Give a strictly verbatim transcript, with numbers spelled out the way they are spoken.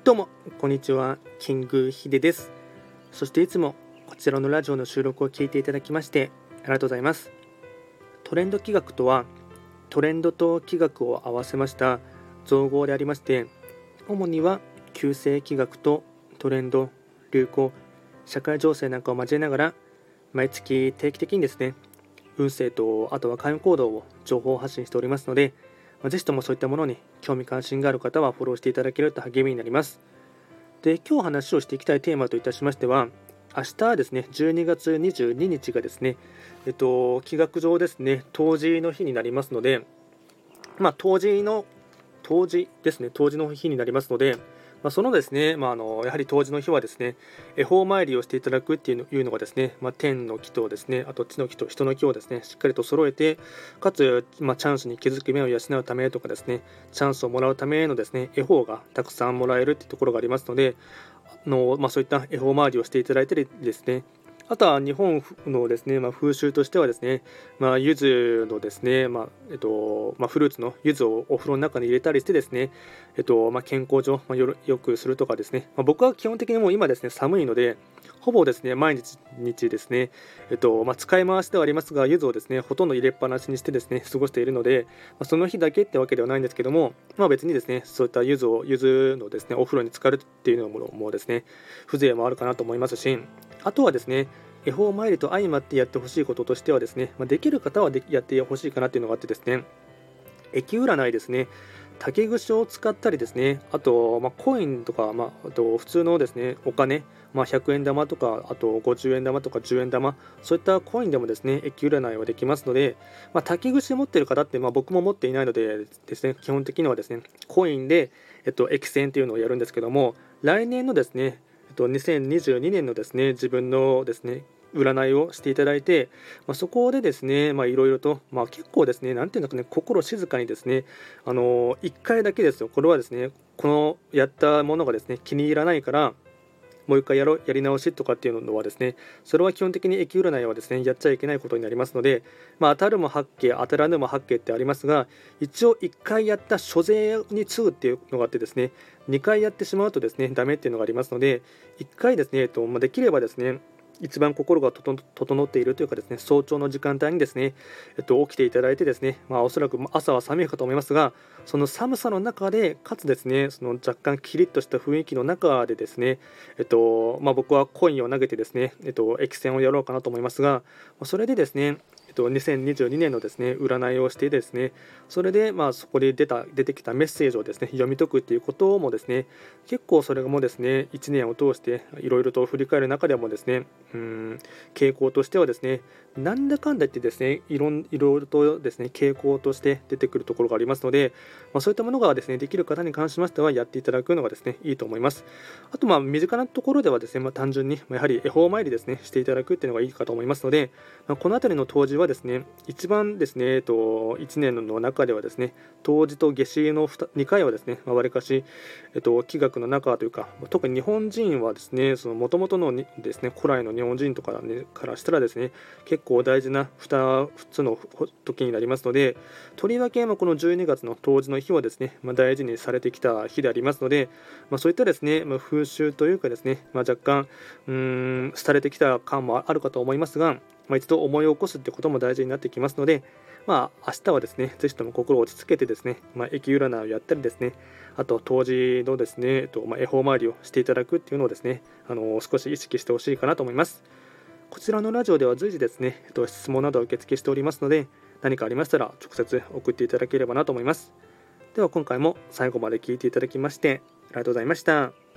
どうもこんにちは、キングヒデです。そしていつもこちらのラジオの収録を聞いていただきましてありがとうございます。トレンド企画とは、トレンドと企画を合わせました造語でありまして、主には旧世企画とトレンド、流行、社会情勢なんかを交えながら、毎月定期的にですね、運勢とあとは開運行動を情報発信しておりますので、ぜひともそういったものに興味関心がある方はフォローしていただけると励みになります。で、今日話をしていきたいテーマといたしましては、明日ですね、じゅうにがつにじゅうににちがですね、えっと、気学上ですね、冬至の日になりますので、まあ、冬至の、冬至ですね、冬至の日になりますので、まあ、そのですね、まあ、あのやはり冬至の日はですね、恵方参りをしていただくっていうのいうのがですね、まあ、天の気とですね、あと地の気と人の気をですね、しっかりと揃えて、かつ、まあ、チャンスに気づく目を養うためとかですね、チャンスをもらうためのですね、恵方がたくさんもらえるっていうところがありますので、あのまあ、そういった恵方回りをしていただいたりですね、あとは日本のですね、まあ、風習としてはですね、まあ、柚子のですね、まあえっとまあ、フルーツの柚子をお風呂の中に入れたりしてですね、えっとまあ、健康上、まあ、よよくするとかですね、まあ、僕は基本的にもう今ですね、寒いので、ほぼですね、毎日日ですね、えっとまあ、使い回しではありますが、柚子をですね、ほとんど入れっぱなしにしてですね、過ごしているので、まあ、その日だけってわけではないんですけども、まあ、別にですね、そういった柚子を、柚子のですね、お風呂に浸かるっていうのももですね、風情もあるかなと思いますし、あとはですね、恵方参りと相まってやってほしいこととしてはですね、まあ、できる方はでやってほしいかなっていうのがあってですね、駅占いですね、竹串を使ったりですね、あと、まあ、コインとか、まあ、あと普通のですね、お金、まあ、ひゃくえん玉とか、あとごじゅうえん玉とかじゅうえん玉、そういったコインでもですね、駅占いはできますので、まあ、竹串持っている方って、まあ、僕も持っていないのでですね、基本的にはですね、コインで、えっと、駅戦というのをやるんですけども、来年のですね、えっと、にせんにじゅうにねんのですね、自分のですね、占いをしていただいて、まあ、そこでですね、まあ、いろいろと、まあ、結構ですね、なんていうのかね、心静かにですね、あのいっかいだけですよ、これはですね、このやったものがですね、気に入らないから、もう一回やろやり直しとかっていうのはですね、それは基本的に駅占いはですね、やっちゃいけないことになりますので、まあ、当たるも八卦、当たらぬも八卦ってありますが、一応いっかいやった所税に次ぐっていうのがあってですね、にかいやってしまうとですね、ダメっていうのがありますので、いっかいですね、えっとまあ、できればですね、一番心が整っているというかですね、早朝の時間帯にですね、えっと、起きていただいてですね、まあ、おそらく朝は寒いかと思いますが、その寒さの中で、かつですね、その若干キリッとした雰囲気の中でですね、えっとまあ、僕はコインを投げてですね、えっと、駅戦をやろうかなと思いますが、それでですね、えっと、にせんにじゅうにねんのですね、占いをしてですね、それでまあそこで出た出てきたメッセージをですね、読み解くっていうこともですね、結構それもですね、いちねんを通していろいろと振り返る中でもですね、うん、傾向としてはですね、なんだかんだ言ってですね、いろんいろいろとですね、傾向として出てくるところがありますので、まあ、そういったものがですね、できる方に関しましてはやっていただくのがですね、いいと思います。あと、まあ、身近なところではですね、まあ、単純に、まあ、やはり恵方参りですね、していただくっていうのがいいかと思いますので、まあ、この辺りの冬至はですね、一番ですね、えっと、いちねんの中ではですね、冬至と夏至のにかいはですね、わりかし、えっと、気学の中というか、特に日本人はですね、その元々のですね、古来の日本人とか、ね、からしたらですね、結構大事なふたつの時になりますので、とりわけこのじゅうにがつの冬至の日はですね、まあ、大事にされてきた日でありますので、まあ、そういったですね、まあ、風習というかですね、まあ、若干うーんされてきた感もあるかと思いますが、まあ、一度思い起こすってことも大事になってきますので、まあ、明日はですね、ぜひとも心を落ち着けてですね、まあ、駅占いをやったりですね、あと冬至のですね、えっとまあ、恵方回りをしていただくっていうのをですね、あの少し意識してほしいかなと思います。こちらのラジオでは随時ですね、えっと、質問などを受付しておりますので、何かありましたら直接送っていただければなと思います。では今回も最後まで聞いていただきましてありがとうございました。